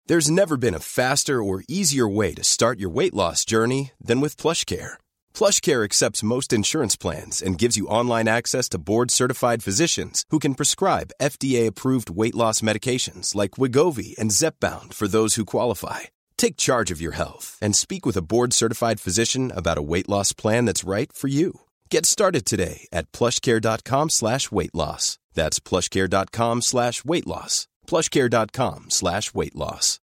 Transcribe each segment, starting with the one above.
There's never been a faster or easier way to start your weight loss journey than with PlushCare. PlushCare accepts most insurance plans and gives you online access to board-certified physicians who can prescribe FDA-approved weight loss medications like Wegovy and Zepbound for those who qualify. Take charge of your health and speak with a board-certified physician about a weight loss plan that's right for you. Get started today at plushcare.com/weightloss. That's plushcare.com/weightloss. plushcare.com/weightloss.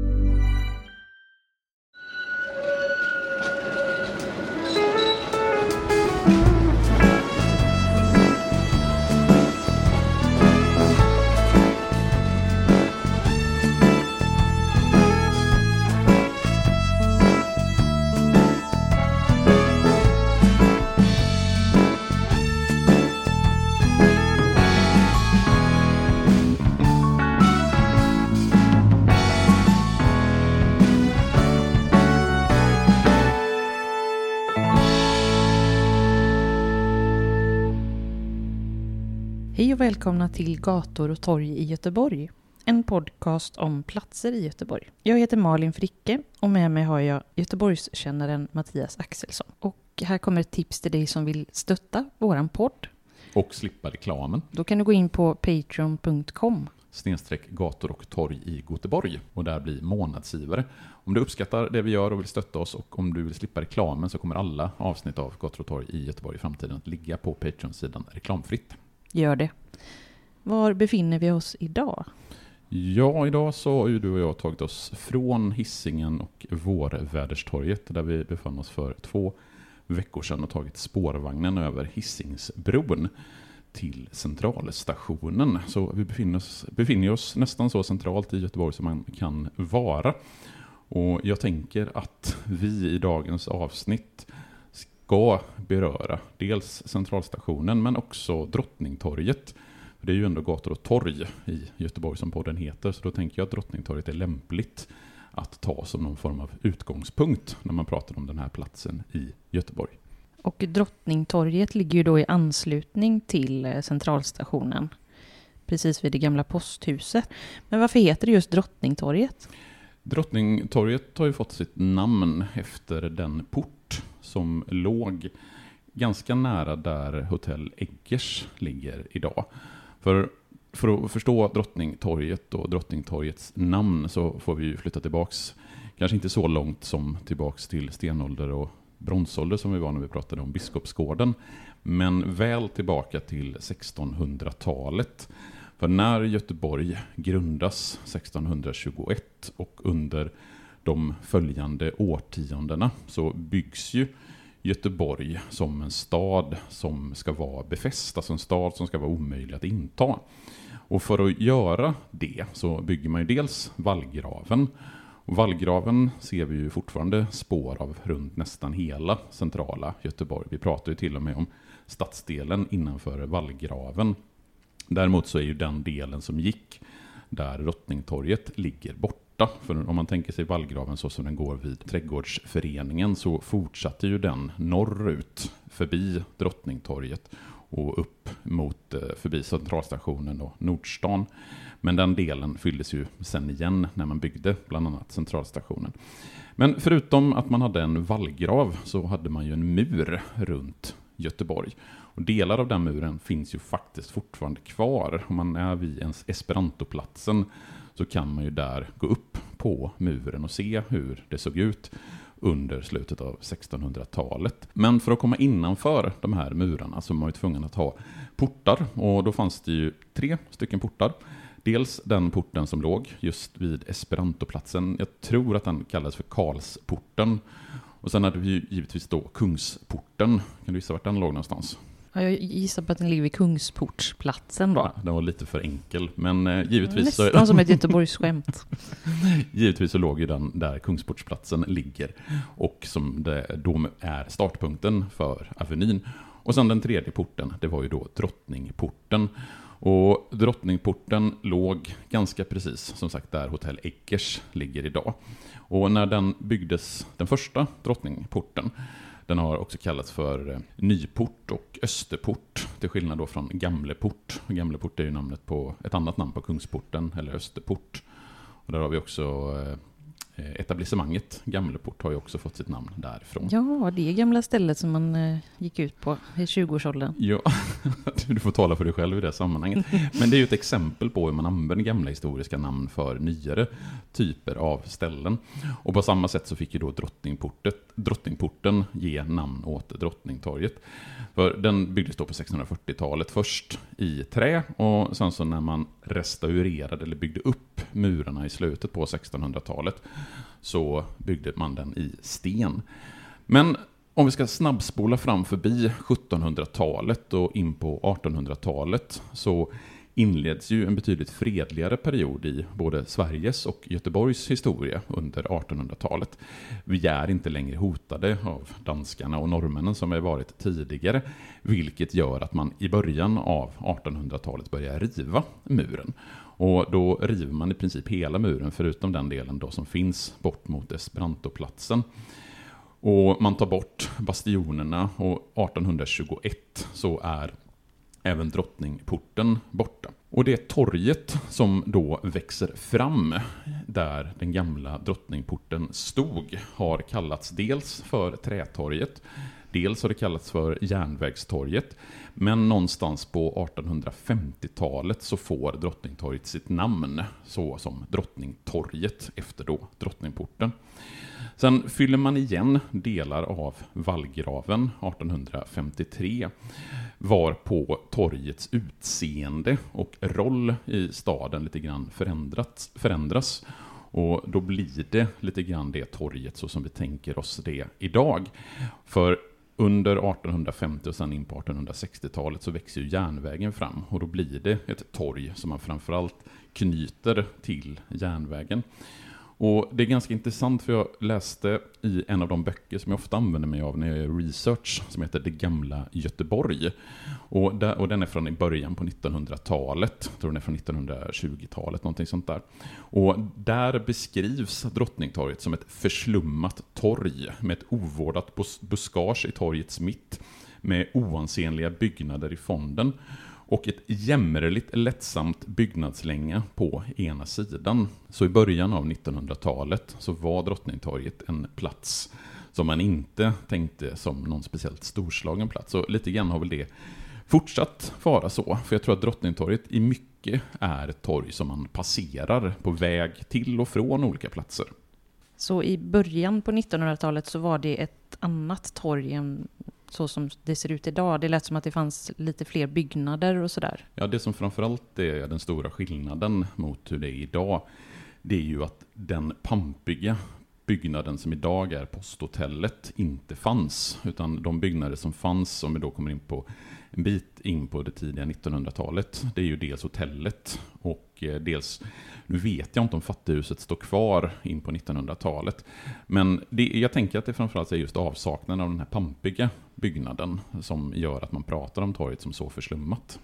Hej och välkomna till Gator och torg i Göteborg. En podcast om platser i Göteborg. Jag heter Malin Fricke och med mig har jag Göteborgskännaren Mattias Axelsson. Och här kommer ett tips till dig som vill stötta våran podd. Och slippa reklamen. Då kan du gå in på patreon.com. /gator och torg i Göteborg och där bli månadsgivare. Om du uppskattar det vi gör och vill stötta oss och om du vill slippa reklamen så kommer alla avsnitt av Gator och torg i Göteborg i framtiden att ligga på Patreon-sidan reklamfritt. Gör det. Var befinner vi oss idag? Ja, idag så har ju du och jag tagit oss från Hisingen och Vårväderstorget där vi befann oss för 2 veckor sedan och tagit spårvagnen över Hisingsbron till centralstationen. Så vi befinner oss nästan så centralt i Göteborg som man kan vara. Och jag tänker att vi i dagens avsnitt ska beröra dels centralstationen men också Drottningtorget. Det är ju ändå gator och torg i Göteborg som podden heter, så då tänker jag att Drottningtorget är lämpligt att ta som någon form av utgångspunkt när man pratar om den här platsen i Göteborg. Och Drottningtorget ligger ju då i anslutning till centralstationen, precis vid det gamla posthuset. Men varför heter det just Drottningtorget? Drottningtorget har ju fått sitt namn efter den port som låg ganska nära där Hotell Eggers ligger idag. För att förstå Drottningtorget och Drottningtorgets namn så får vi ju flytta tillbaks, kanske inte så långt som tillbaks till stenålder och bronsålder som vi var när vi pratade om Biskopsgården, men väl tillbaka till 1600-talet. För när Göteborg grundas 1621 och under de följande årtiondena så byggs ju Göteborg som en stad som ska vara befäst, alltså en stad som ska vara omöjlig att inta. Och för att göra det så bygger man ju dels vallgraven. Och vallgraven ser vi ju fortfarande spår av runt nästan hela centrala Göteborg. Vi pratar ju till och med om stadsdelen innanför vallgraven. Däremot så är ju den delen som gick där Drottningtorget ligger borta. För om man tänker sig vallgraven så som den går vid Trädgårdsföreningen så fortsatte ju den norrut förbi Drottningtorget och upp mot förbi centralstationen och Nordstan. Men den delen fylldes ju sen igen när man byggde bland annat centralstationen. Men förutom att man hade en vallgrav så hade man ju en mur runt Göteborg. Och delar av den muren finns ju faktiskt fortfarande kvar. Om man är vid Esperantoplatsen så kan man ju där gå upp på muren och se hur det såg ut under slutet av 1600-talet. Men för att komma innanför de här murarna så var man ju tvungen att ha portar. Och då fanns det ju 3 stycken portar. Dels den porten som låg just vid Esperantoplatsen. Jag tror att den kallades för Karlsporten. Och sen hade vi ju givetvis då Kungsporten. Kan du gissa vart den låg någonstans? Ja, jag gissar på att den ligger vid Kungsportsplatsen då. Ja, den var lite för enkel. Men givetvis nästan som ett Göteborgsskämt. Givetvis så låg ju den där Kungsportsplatsen ligger. Och som det då är startpunkten för Avenyn. Och sen den tredje porten, det var ju då Drottningporten. Och Drottningporten låg ganska precis, som sagt, där Hotell Eggers ligger idag. Och när den byggdes, den första Drottningporten, den har också kallats för Nyport och Österport, till skillnad då från Gamleport. Gamleport är ju namnet på ett annat namn på Kungsporten, eller Österport. Och där har vi också etablissemanget Gamleport har ju också fått sitt namn därifrån. Ja, det är gamla stället som man gick ut på i 20-årsåldern. Ja, du får tala för dig själv i det sammanhanget. Men det är ju ett exempel på hur man använder gamla historiska namn för nyare typer av ställen. Och på samma sätt så fick ju då Drottningporten ge namn åt Drottningtorget. För den byggdes då på 1640-talet först i trä, och sen så när man restaurerade eller byggde upp murarna i slutet på 1600-talet så byggde man den i sten. Men om vi ska snabbspola fram förbi 1700-talet och in på 1800-talet så inleds ju en betydligt fredligare period i både Sveriges och Göteborgs historia under 1800-talet. Vi är inte längre hotade av danskarna och norrmännen som har varit tidigare, vilket gör att man i början av 1800-talet börjar riva muren. Och då river man i princip hela muren förutom den delen då som finns bort mot Esperantoplatsen. Och man tar bort bastionerna, och 1821 så är även Drottningporten borta. Och det torget som då växer fram där den gamla Drottningporten stod har kallats dels för Trätorget, dels har det kallats för Järnvägstorget, men någonstans på 1850-talet så får Drottningtorget sitt namn så som Drottningtorget efter då Drottningporten. Sen fyller man igen delar av vallgraven 1853 var på torgets utseende och roll i staden lite grann förändras. Och då blir det lite grann det torget så som vi tänker oss det idag. För under 1850 och sen in på 1860-talet så växer ju järnvägen fram, och då blir det ett torg som man framförallt knyter till järnvägen. Och det är ganska intressant, för jag läste i en av de böcker som jag ofta använder mig av när jag gör research, som heter Det gamla Göteborg. Och den är från i början på 1900-talet, jag tror den är från 1920-talet, någonting sånt där. Och där beskrivs Drottningtorget som ett förslummat torg med ett ovårdat buskage i torgets mitt, med oansenliga byggnader i fonden och ett jämmerligt lättsamt byggnadslänga på ena sidan. Så i början av 1900-talet så var Drottningtorget en plats som man inte tänkte som någon speciellt storslagen plats. Och lite grann har väl det fortsatt vara så. För jag tror att Drottningtorget i mycket är ett torg som man passerar på väg till och från olika platser. Så i början på 1900-talet så var det ett annat torg än så som det ser ut idag. Det lät som att det fanns lite fler byggnader och sådär. Ja, det som framförallt är den stora skillnaden mot hur det är idag, det är ju att den pampiga byggnaden som idag är posthotellet inte fanns. Utan de byggnader som fanns, om vi då kommer in på en bit in på det tidiga 1900-talet, det är ju dels hotellet och dels, nu vet jag inte om fattighuset står kvar in på 1900-talet. Men jag tänker att det framförallt är just avsaknaden av den här pampiga byggnaden som gör att man pratar om torget som så förslummat.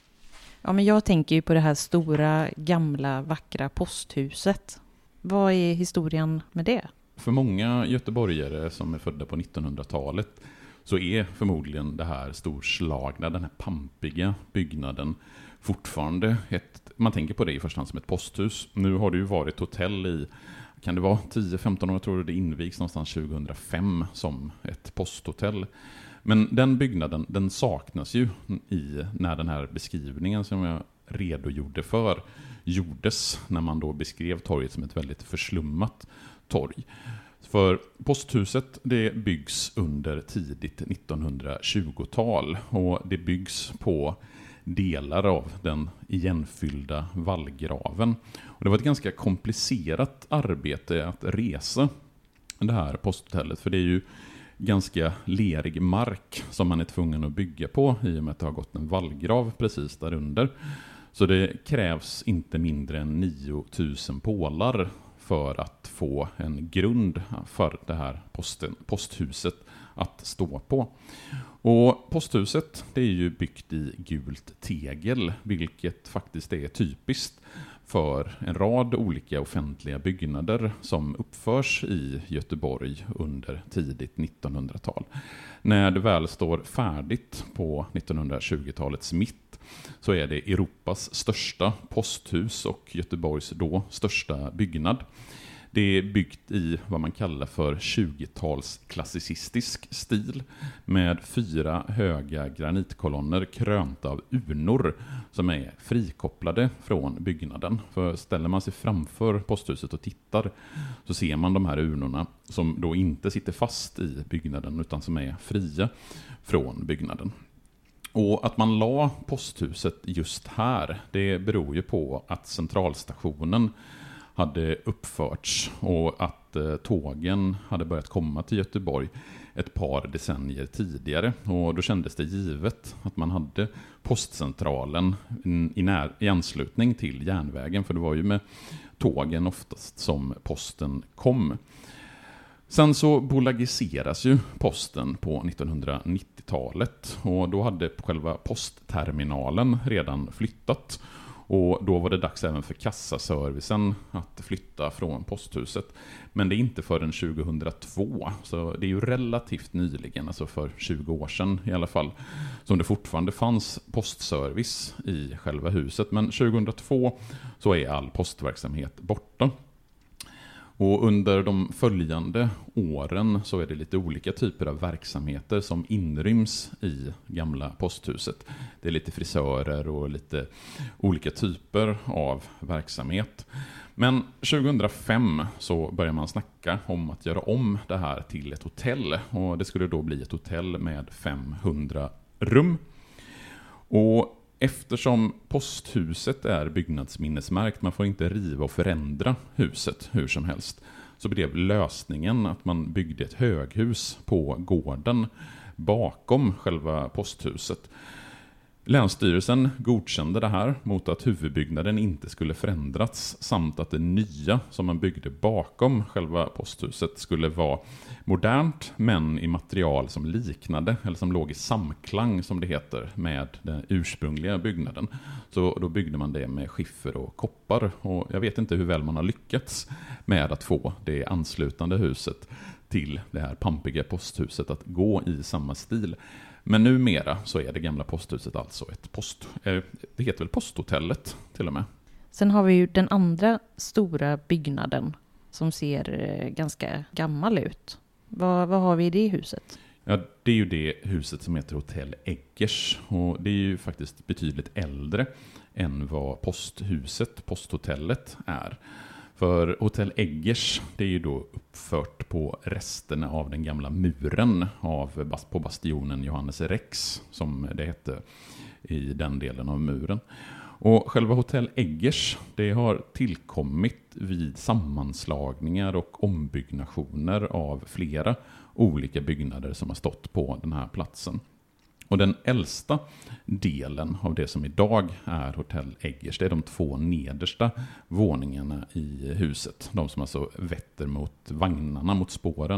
Ja, men jag tänker ju på det här stora, gamla, vackra posthuset. Vad är historien med det? För många göteborgare som är födda på 1900-talet så är förmodligen det här storslagna, den här pampiga byggnaden fortfarande man tänker på det i första hand som ett posthus. Nu har det ju varit hotell i, kan det vara 10-15 år, jag tror det invigs någonstans 2005 som ett posthotell. Men den byggnaden, den saknas ju när den här beskrivningen som jag redogjorde för gjordes, när man då beskrev torget som ett väldigt förslummat torg. För posthuset, det byggs under tidigt 1920-tal och det byggs på delar av den igenfyllda vallgraven. Och det var ett ganska komplicerat arbete att resa det här posthotellet, för det är ju ganska lerig mark som man är tvungen att bygga på i och med att det har gått en vallgrav precis där under. Så det krävs inte mindre än 9000 pålar för att få en grund för det här posthuset att stå på. Och posthuset, det är ju byggt i gult tegel, vilket faktiskt är typiskt för en rad olika offentliga byggnader som uppförs i Göteborg under tidigt 1900-tal. När det väl står färdigt på 1920-talets mitt så är det Europas största posthus och Göteborgs då största byggnad. Det är byggt i vad man kallar för 20-tals klassicistisk stil med 4 höga granitkolonner krönta av urnor som är frikopplade från byggnaden. För ställer man sig framför posthuset och tittar så ser man de här urnorna som då inte sitter fast i byggnaden utan som är fria från byggnaden. Och att man la posthuset just här, det beror ju på att centralstationen hade uppförts och att tågen hade börjat komma till Göteborg ett par decennier tidigare. Och då kändes det givet att man hade postcentralen i anslutning till järnvägen, för det var ju med tågen oftast som posten kom. Sen så bolagiseras ju posten på 1990-talet och då hade själva postterminalen redan flyttat. Och då var det dags även för kassaservicen att flytta från posthuset. Men det är inte förrän 2002, så det är ju relativt nyligen, alltså för 20 år sedan i alla fall, som det fortfarande fanns postservice i själva huset. Men 2002 så är all postverksamhet borta. Och under de följande åren så är det lite olika typer av verksamheter som inryms i gamla posthuset. Det är lite frisörer och lite olika typer av verksamhet. Men 2005 så börjar man snacka om att göra om det här till ett hotell. Och det skulle då bli ett hotell med 500 rum. Och eftersom posthuset är byggnadsminnesmärkt, man får inte riva och förändra huset hur som helst, så blev lösningen att man byggde ett höghus på gården bakom själva posthuset. Länsstyrelsen godkände det här mot att huvudbyggnaden inte skulle förändras samt att det nya som man byggde bakom själva posthuset skulle vara modernt men i material som liknade eller som låg i samklang, som det heter, med den ursprungliga byggnaden. Så då byggde man det med skiffer och koppar, och jag vet inte hur väl man har lyckats med att få det anslutande huset till det här pampiga posthuset att gå i samma stil. Men numera så är det gamla posthuset alltså det heter väl posthotellet till och med. Sen har vi ju den andra stora byggnaden som ser ganska gammal ut. Vad har vi i det huset? Ja, det är ju det huset som heter Hotell Eggers, och det är ju faktiskt betydligt äldre än vad posthotellet är. För Hotell Eggers, det är ju då uppfört på resterna av den gamla muren på bastionen Johannes Rex, som det hette i den delen av muren. Och själva Hotell Eggers, det har tillkommit vid sammanslagningar och ombyggnationer av flera olika byggnader som har stått på den här platsen. Och den äldsta delen av det som idag är Hotell Eggers, det är de 2 nedersta våningarna i huset. De som alltså vetter mot vagnarna, mot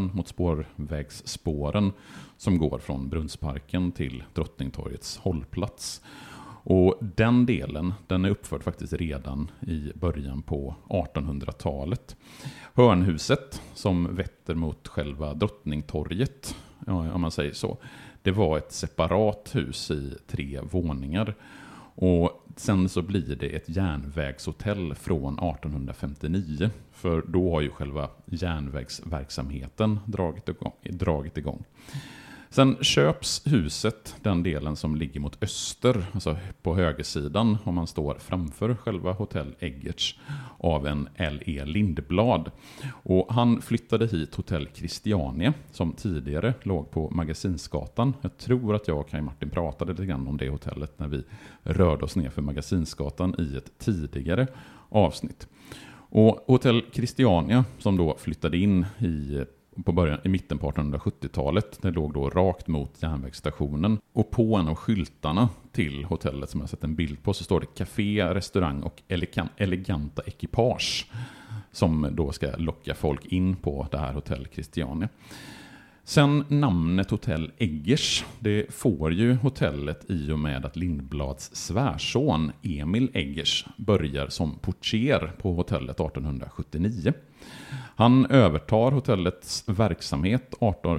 spårvägsspåren som går från Brunnsparken till Drottningtorgets hållplats. Och den delen, den är uppförd faktiskt redan i början på 1800-talet. Hörnhuset som vetter mot själva Drottningtorget, om man säger så, det var ett separat hus i 3 våningar. Och sen så blir det ett järnvägshotell från 1859. För då har ju själva järnvägsverksamheten dragit igång. Sen köps huset, den delen som ligger mot öster, alltså på högersidan om man står framför själva Hotell Eggers, av en L.E. Lindblad. Och han flyttade hit Hotell Christiania som tidigare låg på Magasinsgatan. Jag tror att jag och Kaj Martin pratade lite grann om det hotellet när vi rörde oss ner för Magasinsgatan i ett tidigare avsnitt. Och Hotell Christiania som då flyttade in i mitten på 1870-talet. Det låg då rakt mot järnvägsstationen. Och på en av skyltarna till hotellet som jag sett en bild på så står det café, restaurang och eleganta ekipage som då ska locka folk in på det här Hotell Christiania. Sen namnet Hotell Eggers, det får ju hotellet i och med att Lindblads svärson Emil Eggers börjar som portier på hotellet 1879. Han övertar hotellets verksamhet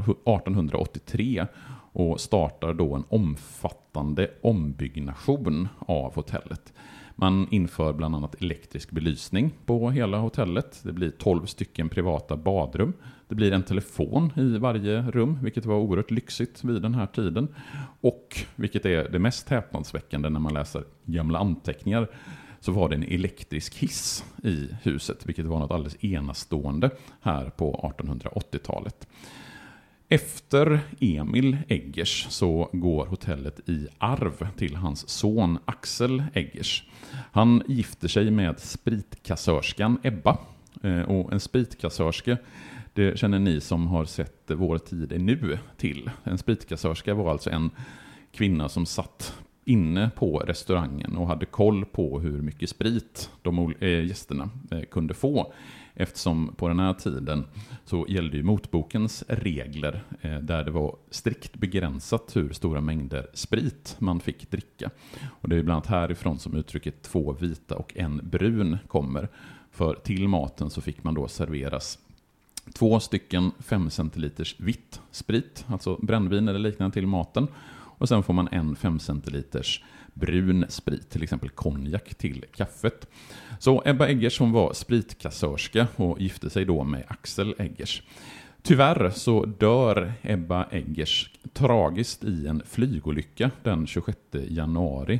1883 och startar då en omfattande ombyggnation av hotellet. Man inför bland annat elektrisk belysning på hela hotellet. Det blir 12 stycken privata badrum. Det blir en telefon i varje rum, vilket var oerhört lyxigt vid den här tiden. Och, vilket är det mest häpnadsväckande när man läser gamla anteckningar, så var det en elektrisk hiss i huset, vilket var något alldeles enastående här på 1880-talet. Efter Emil Eggers så går hotellet i arv till hans son Axel Eggers. Han gifter sig med spritkassörskan Ebba. Och en spritkassörska, det känner ni som har sett Vår tid är nu till. En spritkassörska var alltså en kvinna som satt inne på restaurangen och hade koll på hur mycket sprit de gästerna kunde få. Eftersom på den här tiden så gällde ju motbokens regler där det var strikt begränsat hur stora mängder sprit man fick dricka. Och det är bland annat härifrån som uttrycket 2 vita och 1 brun kommer. För till maten så fick man då serveras 2 stycken 5 centiliters vitt sprit, alltså brännvin eller liknande till maten. Och sen får man en 5 centiliters brun sprit, till exempel konjak till kaffet. Så Ebba Eggers, hon var spritkassörska och gifte sig då med Axel Eggers. Tyvärr så dör Ebba Eggers tragiskt i en flygolycka den 26 januari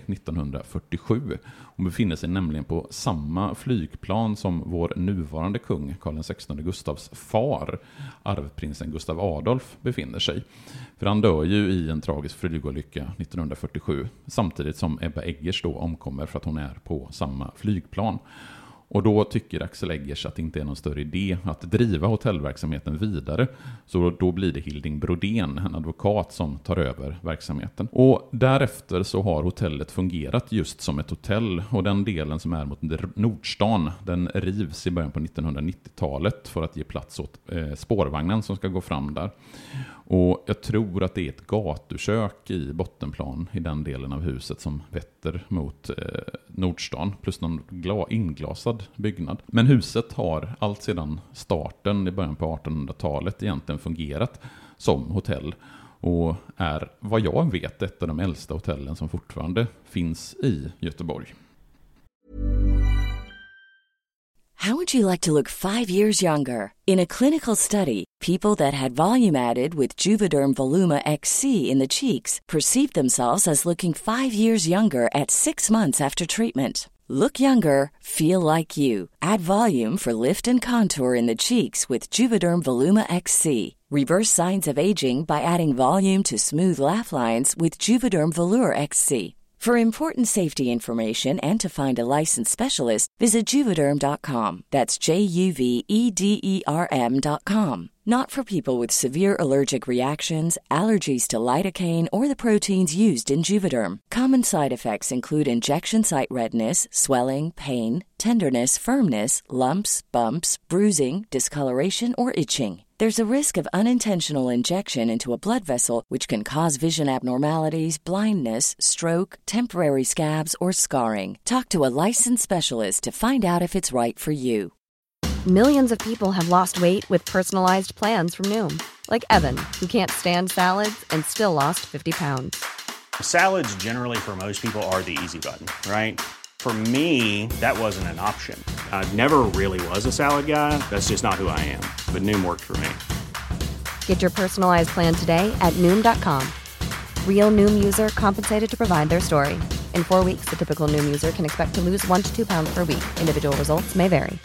1947. Hon befinner sig nämligen på samma flygplan som vår nuvarande kung, Karl XVI Gustavs far, arvprinsen Gustav Adolf, befinner sig. För han dör ju i en tragisk flygolycka 1947, samtidigt som Ebba Eggers då omkommer för att hon är på samma flygplan. Och då tycker Axel Eggers att det inte är någon större idé att driva hotellverksamheten vidare. Så då blir det Hilding Brodén, en advokat, som tar över verksamheten. Och därefter så har hotellet fungerat just som ett hotell. Och den delen som är mot Nordstan, den rivs i början på 1990-talet för att ge plats åt spårvagnen som ska gå fram där. Och jag tror att det är ett gatukök i bottenplan i den delen av huset som vetter mot Nordstan, plus någon inglasad byggnad. Men huset har allt sedan starten i början på 1800-talet egentligen fungerat som hotell och är, vad jag vet, ett av de äldsta hotellen som fortfarande finns i Göteborg. How would you like to look 5 years younger? In a clinical study, people that had volume added with Juvederm Voluma XC in the cheeks perceived themselves as looking 5 years younger at 6 months after treatment. Look younger, feel like you. Add volume for lift and contour in the cheeks with Juvederm Voluma XC. Reverse signs of aging by adding volume to smooth laugh lines with Juvederm Volure XC. For important safety information and to find a licensed specialist, visit Juvederm.com. That's JUVEDERM.com. Not for people with severe allergic reactions, allergies to lidocaine, or the proteins used in Juvederm. Common side effects include injection site redness, swelling, pain, tenderness, firmness, lumps, bumps, bruising, discoloration, or itching. There's a risk of unintentional injection into a blood vessel, which can cause vision abnormalities, blindness, stroke, temporary scabs, or scarring. Talk to a licensed specialist to find out if it's right for you. Millions of people have lost weight with personalized plans from Noom. Like Evan, who can't stand salads and still lost 50 pounds. Salads generally for most people are the easy button, right? For me, that wasn't an option. I never really was a salad guy. That's just not who I am. But Noom worked for me. Get your personalized plan today at Noom.com. Real Noom user compensated to provide their story. In 4 weeks, the typical Noom user can expect to lose 1 to 2 pounds per week. Individual results may vary.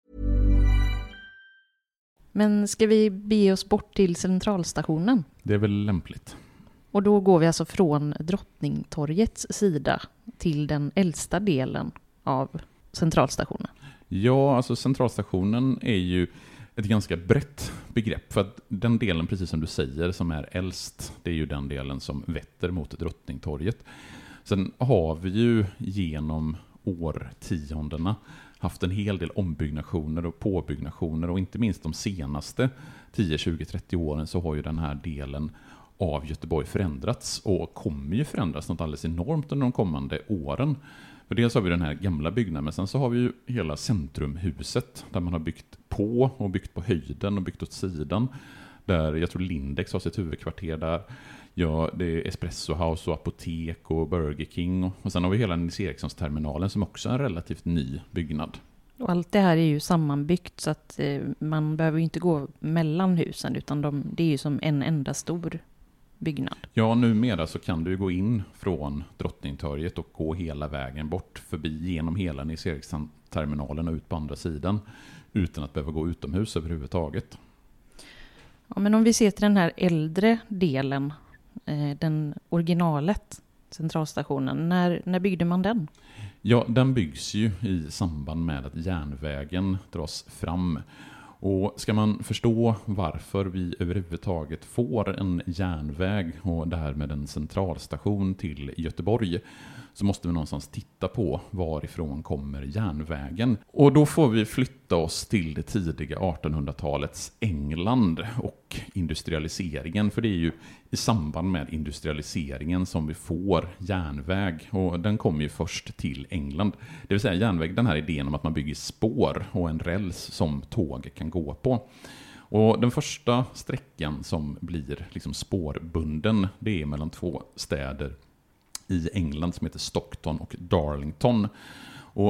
Men ska vi bege oss bort till centralstationen? Det är väl lämpligt. Och då går vi alltså från Drottningtorgets sida till den äldsta delen av centralstationen. Ja, alltså centralstationen är ju ett ganska brett begrepp. För att den delen, precis som du säger, som är äldst, det är ju den delen som vetter mot Drottningtorget. Sen har vi ju genom årtiondena haft en hel del ombyggnationer och påbyggnationer, och inte minst de senaste 10, 20, 30 åren så har ju den här delen av Göteborg förändrats och kommer ju förändras något alldeles enormt under de kommande åren. För dels har vi den här gamla byggnaden, men sen så har vi ju hela centrumhuset där man har byggt på höjden och byggt åt sidan. Där jag tror Lindex har sitt huvudkvarter där. Ja, det är Espresso House och apotek och Burger King. Och sen har vi hela Nils Erikssons-terminalen som också är en relativt ny byggnad. Och allt det här är ju sammanbyggt så att man behöver inte gå mellan husen, utan det är ju som en enda stor byggnad. Ja, numera så kan du gå in från Drottningtorget och gå hela vägen bort förbi genom hela Nils Erikssons-terminalen och ut på andra sidan utan att behöva gå utomhus överhuvudtaget. Ja, men om vi ser till den här äldre delen, den originalet, centralstationen, när byggde man den? Ja, den byggs ju i samband med att järnvägen dras fram. Och ska man förstå varför vi överhuvudtaget får en järnväg och därmed en centralstation till Göteborg, så måste vi någonstans titta på varifrån kommer järnvägen. Och då får vi flytta oss till det tidiga 1800-talets England och industrialiseringen. För det är ju i samband med industrialiseringen som vi får järnväg. Och den kommer ju först till England. Det vill säga järnväg, den här idén om att man bygger spår och en räls som tåg kan gå på. Och den första sträckan som blir liksom spårbunden, det är mellan två städer i England som heter Stockton och Darlington. Och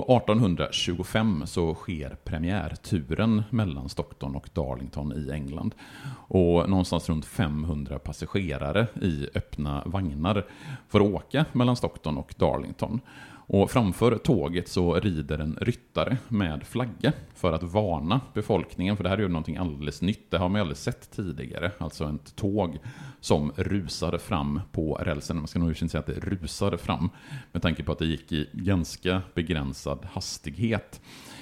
1825 så sker premiärturen mellan Stockton och Darlington i England. Och någonstans runt 500 passagerare i öppna vagnar får åka mellan Stockton och Darlington. Och framför tåget så rider en ryttare med flagga för att varna befolkningen. För det här är ju någonting alldeles nytt. Det har man aldrig sett tidigare. Alltså ett tåg som rusar fram på rälsen. Man ska nog inte säga att det rusar fram med tanke på att det gick i ganska begränsad hastighet.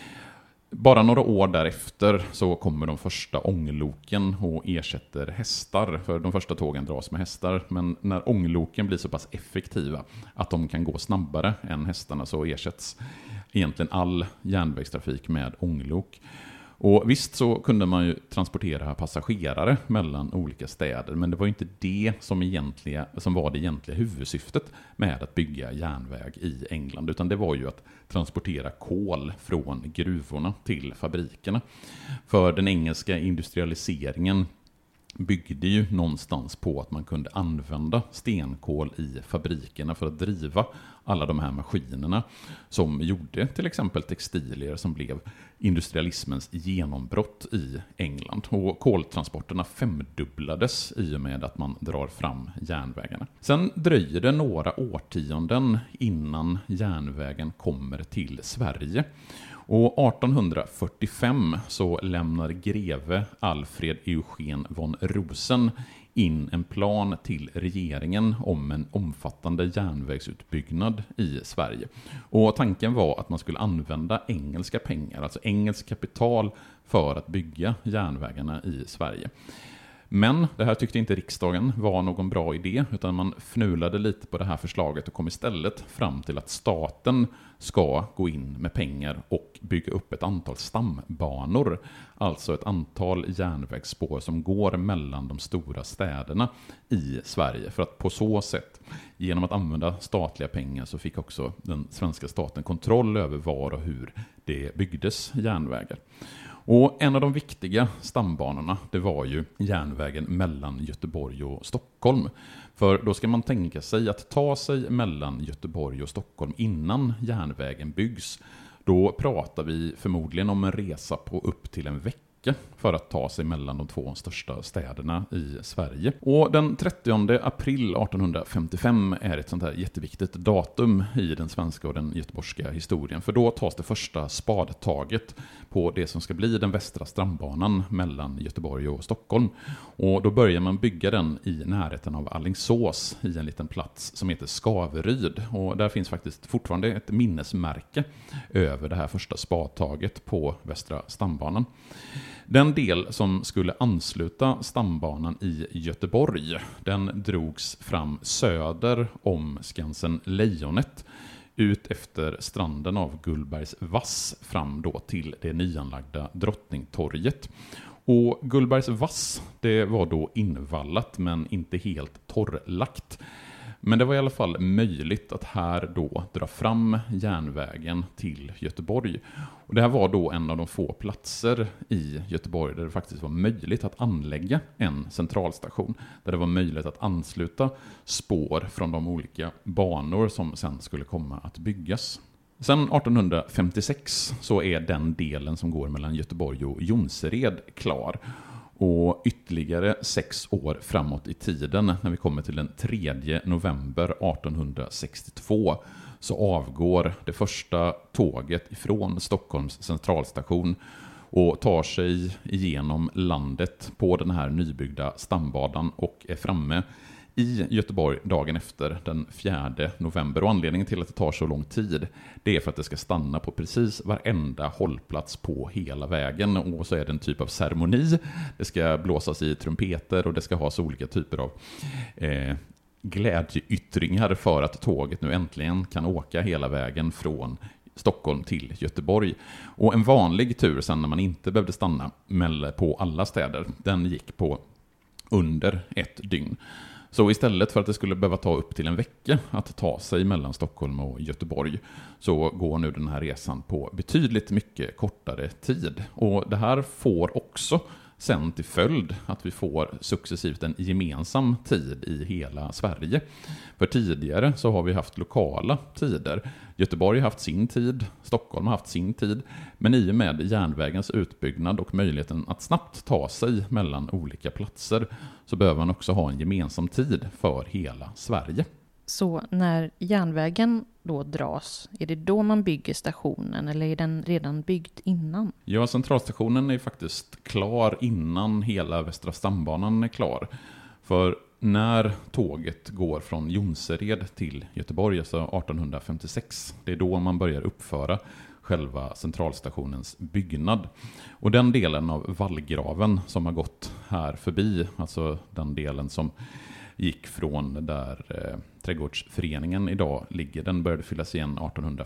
Bara några år därefter så kommer de första ångloken och ersätter hästar. För de första tågen dras med hästar. Men när ångloken blir så pass effektiva att de kan gå snabbare än hästarna så ersätts egentligen all järnvägstrafik med ånglok. Och visst så kunde man ju transportera passagerare mellan olika städer, men det var ju inte det som var det egentliga huvudsyftet med att bygga järnväg i England, utan det var ju att transportera kol från gruvorna till fabrikerna. För den engelska industrialiseringen byggde ju någonstans på att man kunde använda stenkol i fabrikerna för att driva alla de här maskinerna som gjorde till exempel textilier som blev industrialismens genombrott i England. Och koltransporterna femdubblades i och med att man drar fram järnvägarna. Sen dröjer det några årtionden innan järnvägen kommer till Sverige. Och 1845 så lämnar greve Alfred Eugen von Rosen in en plan till regeringen om en omfattande järnvägsutbyggnad i Sverige. Och tanken var att man skulle använda engelska pengar, alltså engelsk kapital, för att bygga järnvägarna i Sverige. Men det här tyckte inte riksdagen var någon bra idé, utan man fnulade lite på det här förslaget och kom istället fram till att staten ska gå in med pengar och bygga upp ett antal stambanor. Alltså ett antal järnvägsspår som går mellan de stora städerna i Sverige. För att på så sätt, genom att använda statliga pengar, så fick också den svenska staten kontroll över var och hur det byggdes järnvägar. Och en av de viktiga stambanorna, det var ju järnvägen mellan Göteborg och Stockholm. För då ska man tänka sig att ta sig mellan Göteborg och Stockholm innan järnvägen byggs. Då pratar vi förmodligen om en resa på upp till en vecka för att ta sig mellan de två största städerna i Sverige. Och den 30 april 1855 är ett sånt här jätteviktigt datum i den svenska och den göteborgska historien. För då tas det första spadtaget på det som ska bli den västra stambanan mellan Göteborg och Stockholm. Och då börjar man bygga den i närheten av Alingsås i en liten plats som heter Skaveryd. Och där finns faktiskt fortfarande ett minnesmärke över det här första spadtaget på västra stambanan. Den del som skulle ansluta stambanan i Göteborg, den drogs fram söder om Skansen Lejonet ut efter stranden av Gullbergs vass fram då till det nyanlagda Drottningtorget. Och Gullbergs vass, det var då invallat men inte helt torrlagt. Men det var i alla fall möjligt att här då dra fram järnvägen till Göteborg. Och det här var då en av de få platser i Göteborg där det faktiskt var möjligt att anlägga en centralstation. Där det var möjligt att ansluta spår från de olika banor som sen skulle komma att byggas. Sen 1856 så är den delen som går mellan Göteborg och Jonsered klar. Och ytterligare 6 år framåt i tiden, när vi kommer till den 3 november 1862, så avgår det första tåget ifrån Stockholms centralstation och tar sig igenom landet på den här nybyggda stambanan och är framme i Göteborg dagen efter den 4 november. Och anledningen till att det tar så lång tid, det är för att det ska stanna på precis varenda hållplats på hela vägen. Och så är det en typ av ceremoni. Det ska blåsas i trumpeter och det ska ha så olika typer av glädjeyttringar för att tåget nu äntligen kan åka hela vägen från Stockholm till Göteborg. Och en vanlig tur sen när man inte behövde stanna på alla städer, den gick på under 1 dygn. Så istället för att det skulle behöva ta upp till en vecka att ta sig mellan Stockholm och Göteborg, så går nu den här resan på betydligt mycket kortare tid. Och det här får också sen till följd att vi får successivt en gemensam tid i hela Sverige. För tidigare så har vi haft lokala tider. Göteborg har haft sin tid, Stockholm har haft sin tid. Men i och med järnvägens utbyggnad och möjligheten att snabbt ta sig mellan olika platser, så behöver man också ha en gemensam tid för hela Sverige. Så när järnvägen då dras, är det då man bygger stationen eller är den redan byggd innan? Ja, centralstationen är faktiskt klar innan hela Västra stambanan är klar. För när tåget går från Jonsered till Göteborg, alltså 1856, det är då man börjar uppföra själva centralstationens byggnad. Och den delen av vallgraven som har gått här förbi, alltså den delen som gick från där trädgårdsföreningen idag ligger, den började fyllas igen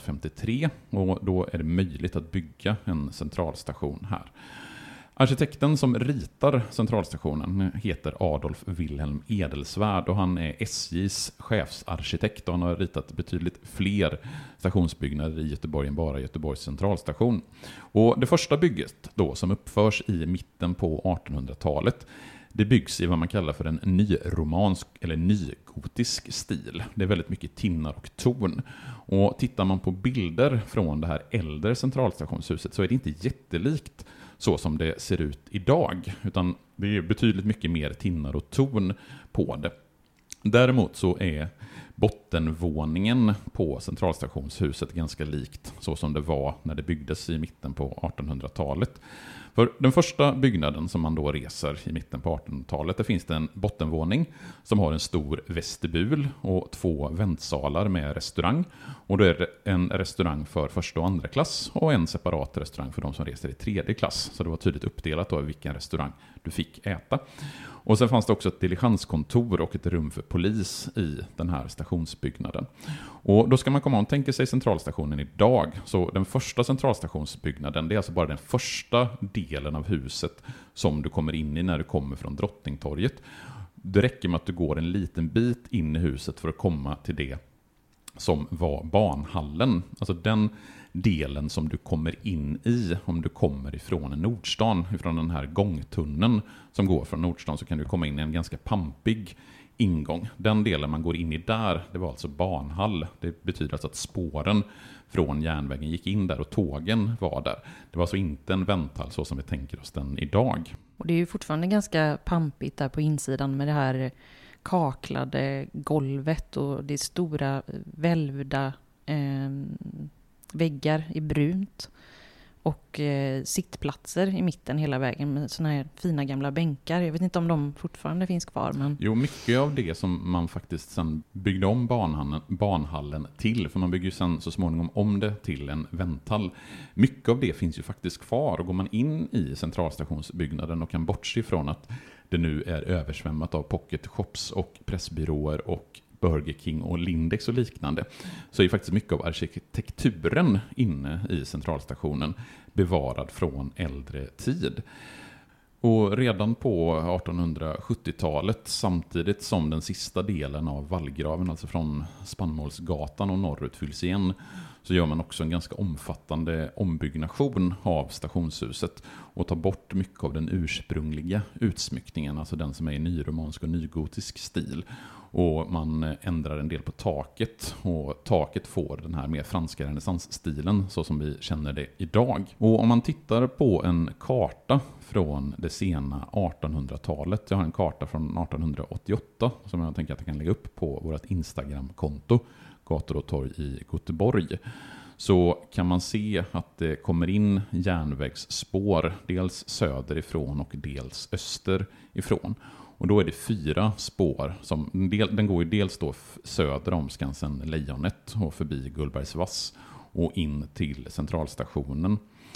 1853 och då är det möjligt att bygga en centralstation här. Arkitekten som ritar centralstationen heter Adolf Wilhelm Edelsvärd och han är SJ:s chefsarkitekt och han har ritat betydligt fler stationsbyggnader i Göteborg än bara Göteborgs centralstation. Och det första bygget då som uppförs i mitten på 1800-talet, det byggs i vad man kallar för en nyromansk eller nygotisk stil. Det är väldigt mycket tinnar och torn. Och tittar man på bilder från det här äldre centralstationshuset så är det inte jättelikt så som det ser ut idag. Utan det är betydligt mycket mer tinnar och torn på det. Däremot så är bottenvåningen på centralstationshuset ganska likt så som det var när det byggdes i mitten på 1800-talet. För den första byggnaden som man då reser i mitten på 1800-talet, där finns det en bottenvåning som har en stor vestibul och 2 väntsalar med restaurang. Och då är det en restaurang för första och andra klass och en separat restaurang för de som reser i 3:e klass. Så det var tydligt uppdelat då vilken restaurang du fick äta. Och sen fanns det också ett diligenskontor och ett rum för polis i den här stationsbyggnaden. Och då ska man komma och tänka sig centralstationen idag. Så den första centralstationsbyggnaden, det är alltså bara den första delen av huset som du kommer in i när du kommer från Drottningtorget. Det räcker med att du går en liten bit in i huset för att komma till det som var banhallen. Alltså den delen som du kommer in i om du kommer ifrån Nordstan, ifrån den här gångtunneln som går från Nordstan, så kan du komma in i en ganska pampig ingång. Den delen man går in i där, det var alltså banhall. Det betyder alltså att spåren från järnvägen gick in där och tågen var där. Det var alltså inte en vänthall så som vi tänker oss den idag. Och det är ju fortfarande ganska pampigt där på insidan med det här kaklade golvet och det stora välvda väggar i brunt och sittplatser i mitten hela vägen med såna här fina gamla bänkar. Jag vet inte om de fortfarande finns kvar. Men... Jo, mycket av det som man faktiskt sen byggde om banhallen till, för man bygger ju sen så småningom om det till en vänthall. Mycket av det finns ju faktiskt kvar och går man in i centralstationsbyggnaden och kan bortse ifrån att det nu är översvämmat av pocket shops och pressbyråer och Burger King och Lindex och liknande, så är faktiskt mycket av arkitekturen inne i centralstationen bevarad från äldre tid. Och redan på 1870-talet, samtidigt som den sista delen av vallgraven, alltså från Spannmålsgatan och norrut, fylls igen, så gör man också en ganska omfattande ombyggnation av stationshuset och tar bort mycket av den ursprungliga utsmyckningen, alltså den som är i nyromansk och nygotisk stil. Och man ändrar en del på taket, och taket får den här mer franska renässansstilen så som vi känner det idag. Och om man tittar på en karta från det sena 1800-talet, jag har en karta från 1888 som jag tänker att jag kan lägga upp på vårt Instagram-konto, Gator och torg i Göteborg, så kan man se att det kommer in järnvägsspår dels söderifrån och dels österifrån. Och då är det 4 spår. Den går ju dels då söder om Skansen Lejonet och förbi Gullbergsvass och in till centralstationen.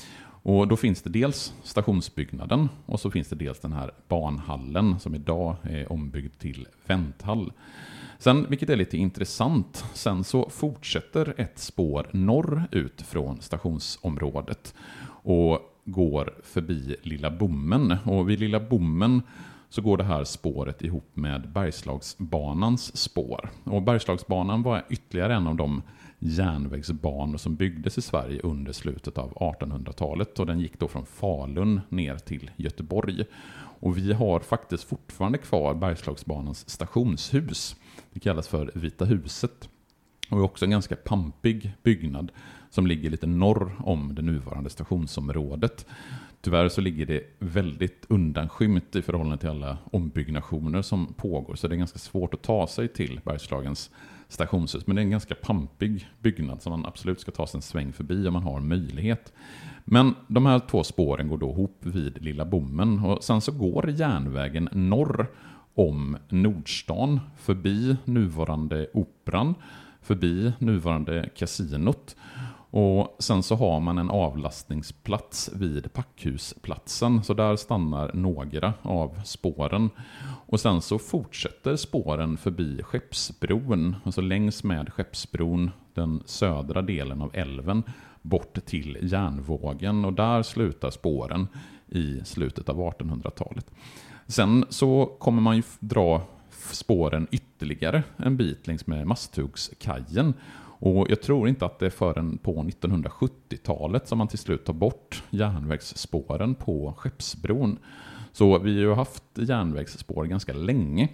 Och då finns det dels stationsbyggnaden och så finns det dels den här banhallen som idag är ombyggd till vänthall. Sen, vilket är lite intressant, sen så fortsätter ett spår norrut från stationsområdet och går förbi Lilla Bommen. Och vid Lilla Bommen så går det här spåret ihop med Bergslagsbanans spår. Och Bergslagsbanan var ytterligare en av de järnvägsbanor som byggdes i Sverige under slutet av 1800-talet. Och den gick då från Falun ner till Göteborg. Och vi har faktiskt fortfarande kvar Bergslagsbanans stationshus. Det kallas för Vita huset. Och är också en ganska pampig byggnad som ligger lite norr om det nuvarande stationsområdet. Tyvärr så ligger det väldigt undanskymt i förhållande till alla ombyggnationer som pågår. Så det är ganska svårt att ta sig till Bergslagens stationshus. Men det är en ganska pampig byggnad som man absolut ska ta sig en sväng förbi om man har möjlighet. Men de här 2 spåren går då ihop vid Lilla Bommen. Och sen så går järnvägen norr om Nordstan förbi nuvarande Operan, förbi nuvarande kasinot. Och sen så har man en avlastningsplats vid Packhusplatsen. Så där stannar några av spåren. Och sen så fortsätter spåren förbi Skeppsbron. Alltså längs med Skeppsbron, den södra delen av älven, bort till Järnvågen. Och där slutar spåren i slutet av 1800-talet. Sen så kommer man ju dra spåren ytterligare en bit längs med Masthuggskajen. Och jag tror inte att det är förrän på 1970-talet som man till slut tar bort järnvägsspåren på Skeppsbron. Så vi har ju haft järnvägsspår ganska länge,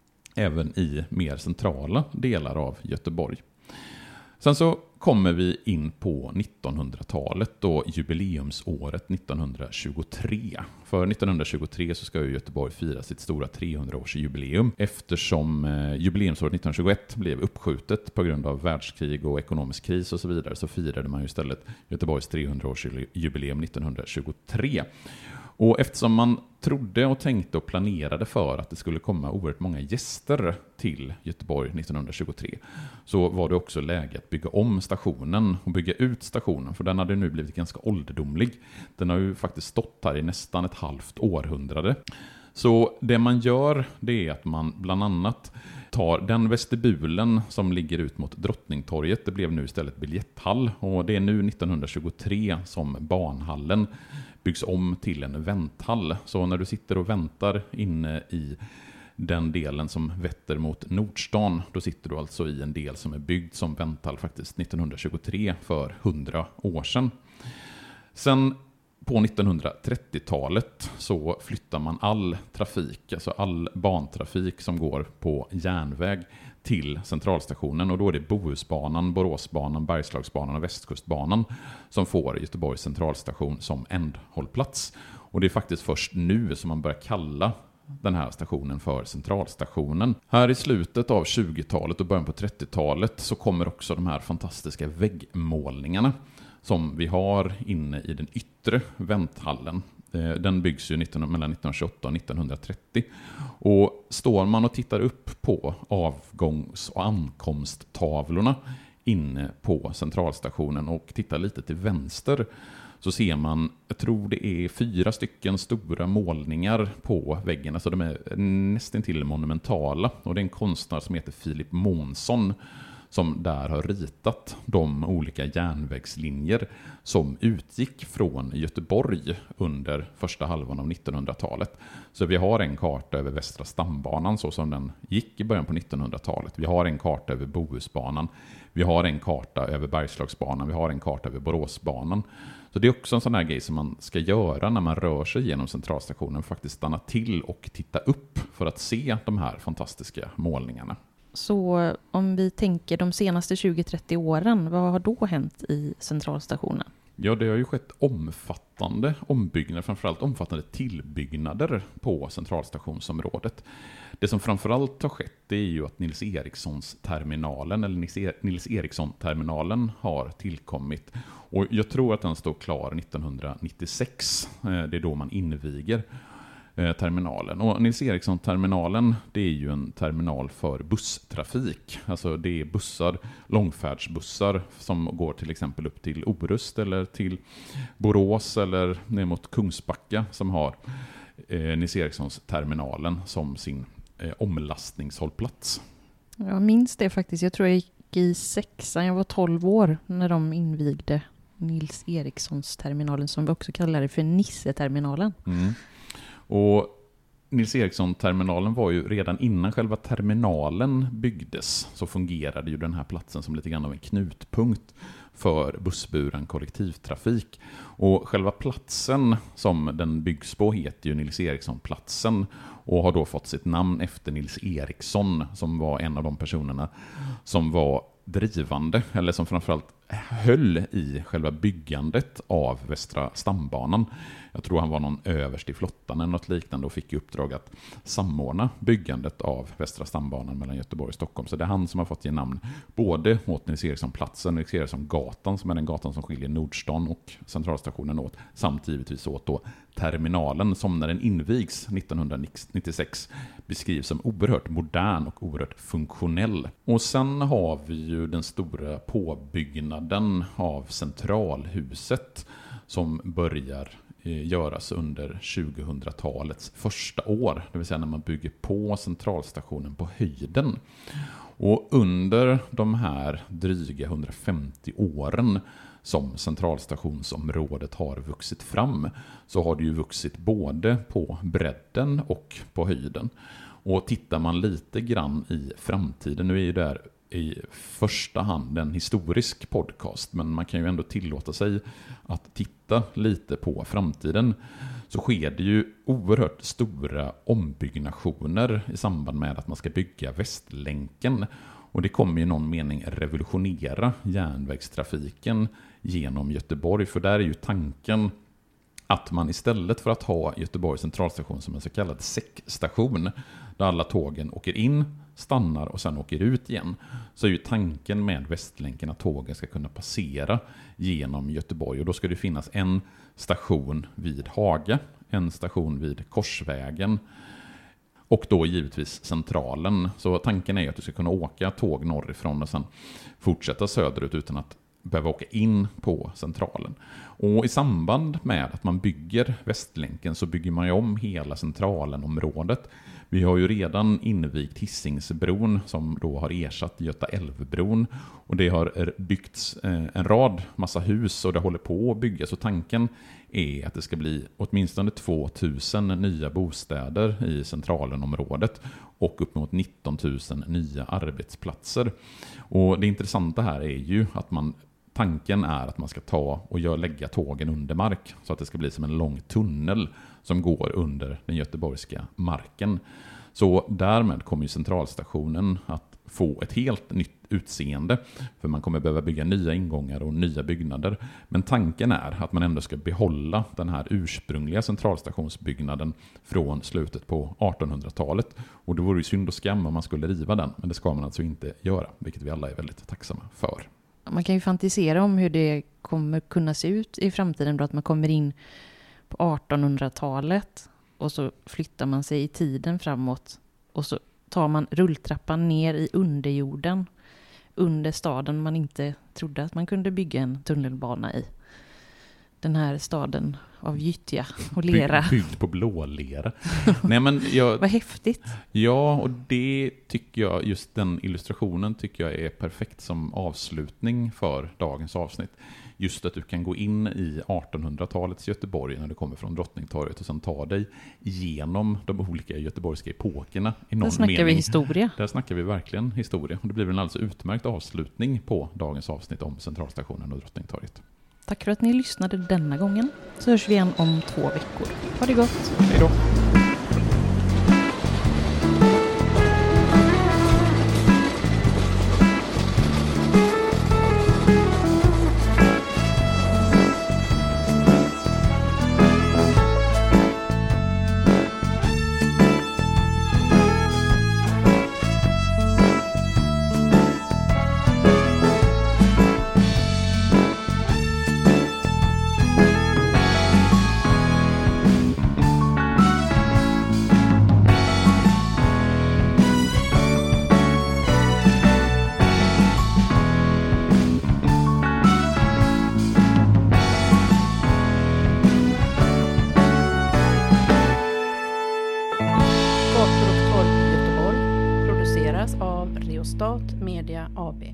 även i mer centrala delar av Göteborg. Sen så kommer vi in på 1900-talet och jubileumsåret 1923. För 1923 så ska ju Göteborg fira sitt stora 300-årsjubileum eftersom jubileumsåret 1921 blev uppskjutet på grund av världskrig och ekonomisk kris och så vidare, så firade man ju istället Göteborgs 300-årsjubileum 1923. Och eftersom man trodde och tänkte och planerade för att det skulle komma oerhört många gäster till Göteborg 1923, så var det också läge att bygga om stationen och bygga ut stationen, för den hade nu blivit ganska ålderdomlig. Den har ju faktiskt stått här i nästan ett halvt århundrade. Så det man gör, det är att man bland annat tar den vestibulen som ligger ut mot Drottningtorget. Det blev nu istället biljetthall, och det är nu 1923 som banhallen byggs om till en vänthall. Så när du sitter och väntar inne i den delen som vetter mot Nordstan, då sitter du alltså i en del som är byggd som vänthall faktiskt 1923 för 100 år sedan. Sen på 1930-talet så flyttar man all trafik, alltså all bantrafik som går på järnväg till centralstationen, och då är det Bohusbanan, Boråsbanan, Bergslagsbanan och Västkustbanan som får Göteborgs centralstation som ändhållplats. Och det är faktiskt först nu som man börjar kalla den här stationen för centralstationen. Här i slutet av 20-talet och början på 30-talet så kommer också de här fantastiska väggmålningarna som vi har inne i den yttre vänthallen. Den byggs ju mellan 1928 och 1930. Och står man och tittar upp på avgångs- och ankomsttavlorna inne på centralstationen och tittar lite till vänster, så ser man, jag tror det är 4 stycken stora målningar på väggen. Alltså de är nästan till monumentala. Och det är en konstnär som heter Philip Månsson som där har ritat de olika järnvägslinjer som utgick från Göteborg under första halvan av 1900-talet. Så vi har en karta över Västra stambanan så som den gick i början på 1900-talet. Vi har en karta över Bohusbanan. Vi har en karta över Bergslagsbanan. Vi har en karta över Boråsbanan. Så det är också en sån här grej som man ska göra när man rör sig genom centralstationen. Faktiskt stanna till och titta upp för att se de här fantastiska målningarna. Så om vi tänker de senaste 20-30 åren, vad har då hänt i centralstationen? Ja, det har ju skett omfattande ombyggnader, framförallt omfattande tillbyggnader på centralstationsområdet. Det som framförallt har skett det är ju att Nils Eriksson-terminalen har tillkommit. Och jag tror att den står klar 1996. Det är då man inviger terminalen. Och Nils Eriksson-terminalen, det är ju en terminal för busstrafik. Alltså det är bussar, långfärdsbussar som går till exempel upp till Orust eller till Borås eller ner mot Kungsbacka som har Nils Erikssons-terminalen som sin omlastningshållplats. Jag minns det faktiskt. Jag tror jag gick i 6:an. Jag var 12 år när de invigde Nils Erikssons-terminalen som vi också kallar för Nisse-terminalen. Mm. Och Nils Eriksson-terminalen var ju redan innan själva terminalen byggdes så fungerade ju den här platsen som lite grann av en knutpunkt för bussburen kollektivtrafik. Och själva platsen som den byggs på heter ju Nils Eriksson-platsen och har då fått sitt namn efter Nils Eriksson som var en av de personerna som var drivande eller som framförallt höll i själva byggandet av Västra stambanan. Jag tror han var någon överst i flottan eller något liknande och fick i uppdrag att samordna byggandet av Västra stambanan mellan Göteborg och Stockholm. Så det är han som har fått ge namn både åt Nils Eriksson-platsen, Nils Eriksson-gatan som är den gatan som skiljer Nordstan och centralstationen åt, samt givetvis åt då terminalen som när den invigs 1996 beskrivs som oerhört modern och oerhört funktionell. Och sen har vi ju den stora påbyggnaden av centralhuset som börjar göras under 2000-talets första år, det vill säga när man bygger på centralstationen på höjden. Och under de här dryga 150 åren som centralstationsområdet har vuxit fram så har det ju vuxit både på bredden och på höjden. Och tittar man lite grann i framtiden, nu är ju där i första hand en historisk podcast, men man kan ju ändå tillåta sig att titta lite på framtiden, så sker det ju oerhört stora ombyggnationer i samband med att man ska bygga Västlänken. Och det kommer i någon mening revolutionera järnvägstrafiken genom Göteborg, för där är ju tanken att man istället för att ha Göteborgs centralstation som en så kallad säckstation där alla tågen åker in, stannar och sen åker ut igen, så är ju tanken med Västlänken att tågen ska kunna passera genom Göteborg. Och då ska det finnas en station vid Haga, en station vid Korsvägen och då givetvis centralen. Så tanken är ju att du ska kunna åka tåg norrifrån och sen fortsätta söderut utan att behöva åka in på centralen. Och i samband med att man bygger Västlänken så bygger man ju om hela centralenområdet. Vi har ju redan invigt Hisingsbron som då har ersatt Göta älvbron, och det har byggts en rad massa hus och det håller på att byggas, så tanken är att det ska bli åtminstone 2000 nya bostäder i centralenområdet och upp mot 19 000 nya arbetsplatser. Och det intressanta här är ju att tanken är att man ska ta och lägga tågen under mark så att det ska bli som en lång tunnel som går under den göteborgska marken. Så därmed kommer ju centralstationen att få ett helt nytt utseende, för man kommer behöva bygga nya ingångar och nya byggnader. Men tanken är att man ändå ska behålla den här ursprungliga centralstationsbyggnaden från slutet på 1800-talet. Och det vore ju synd och skam om man skulle riva den, men det ska man alltså inte göra, vilket vi alla är väldigt tacksamma för. Man kan ju fantisera om hur det kommer kunna se ut i framtiden då, att man kommer in på 1800-talet och så flyttar man sig i tiden framåt och så tar man rulltrappan ner i underjorden under staden man inte trodde att man kunde bygga en tunnelbana i. den här staden av gyttja och lera. Byggd på blålera. Nej, men Vad häftigt. Ja, och det tycker jag, just den illustrationen tycker jag är perfekt som avslutning för dagens avsnitt. Just att du kan gå in i 1800-talets Göteborg när du kommer från Drottningtorget och sen ta dig igenom de olika göteborgska epokerna i någon mening. Där snackar vi historia. Där snackar vi verkligen historia. Och det blir en alldeles utmärkt avslutning på dagens avsnitt om Centralstationen och Drottningtorget. Tack för att ni lyssnade denna gången. Så hörs vi igen om 2 veckor. Ha det gott. Hej då! Av Reostat Media AB.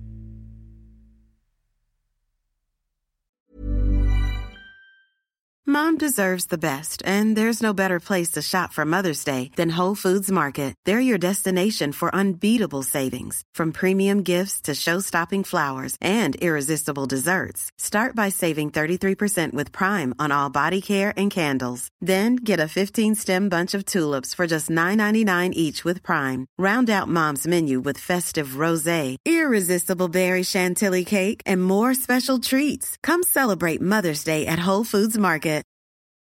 Mom deserves the best, and there's no better place to shop for Mother's Day than Whole Foods Market. They're your destination for unbeatable savings, from premium gifts to show-stopping flowers and irresistible desserts. Start by saving 33% with Prime on all body care and candles. Then get a 15-stem bunch of tulips for just $9.99 each with Prime. Round out Mom's menu with festive rosé, irresistible berry chantilly cake, and more special treats. Come celebrate Mother's Day at Whole Foods Market.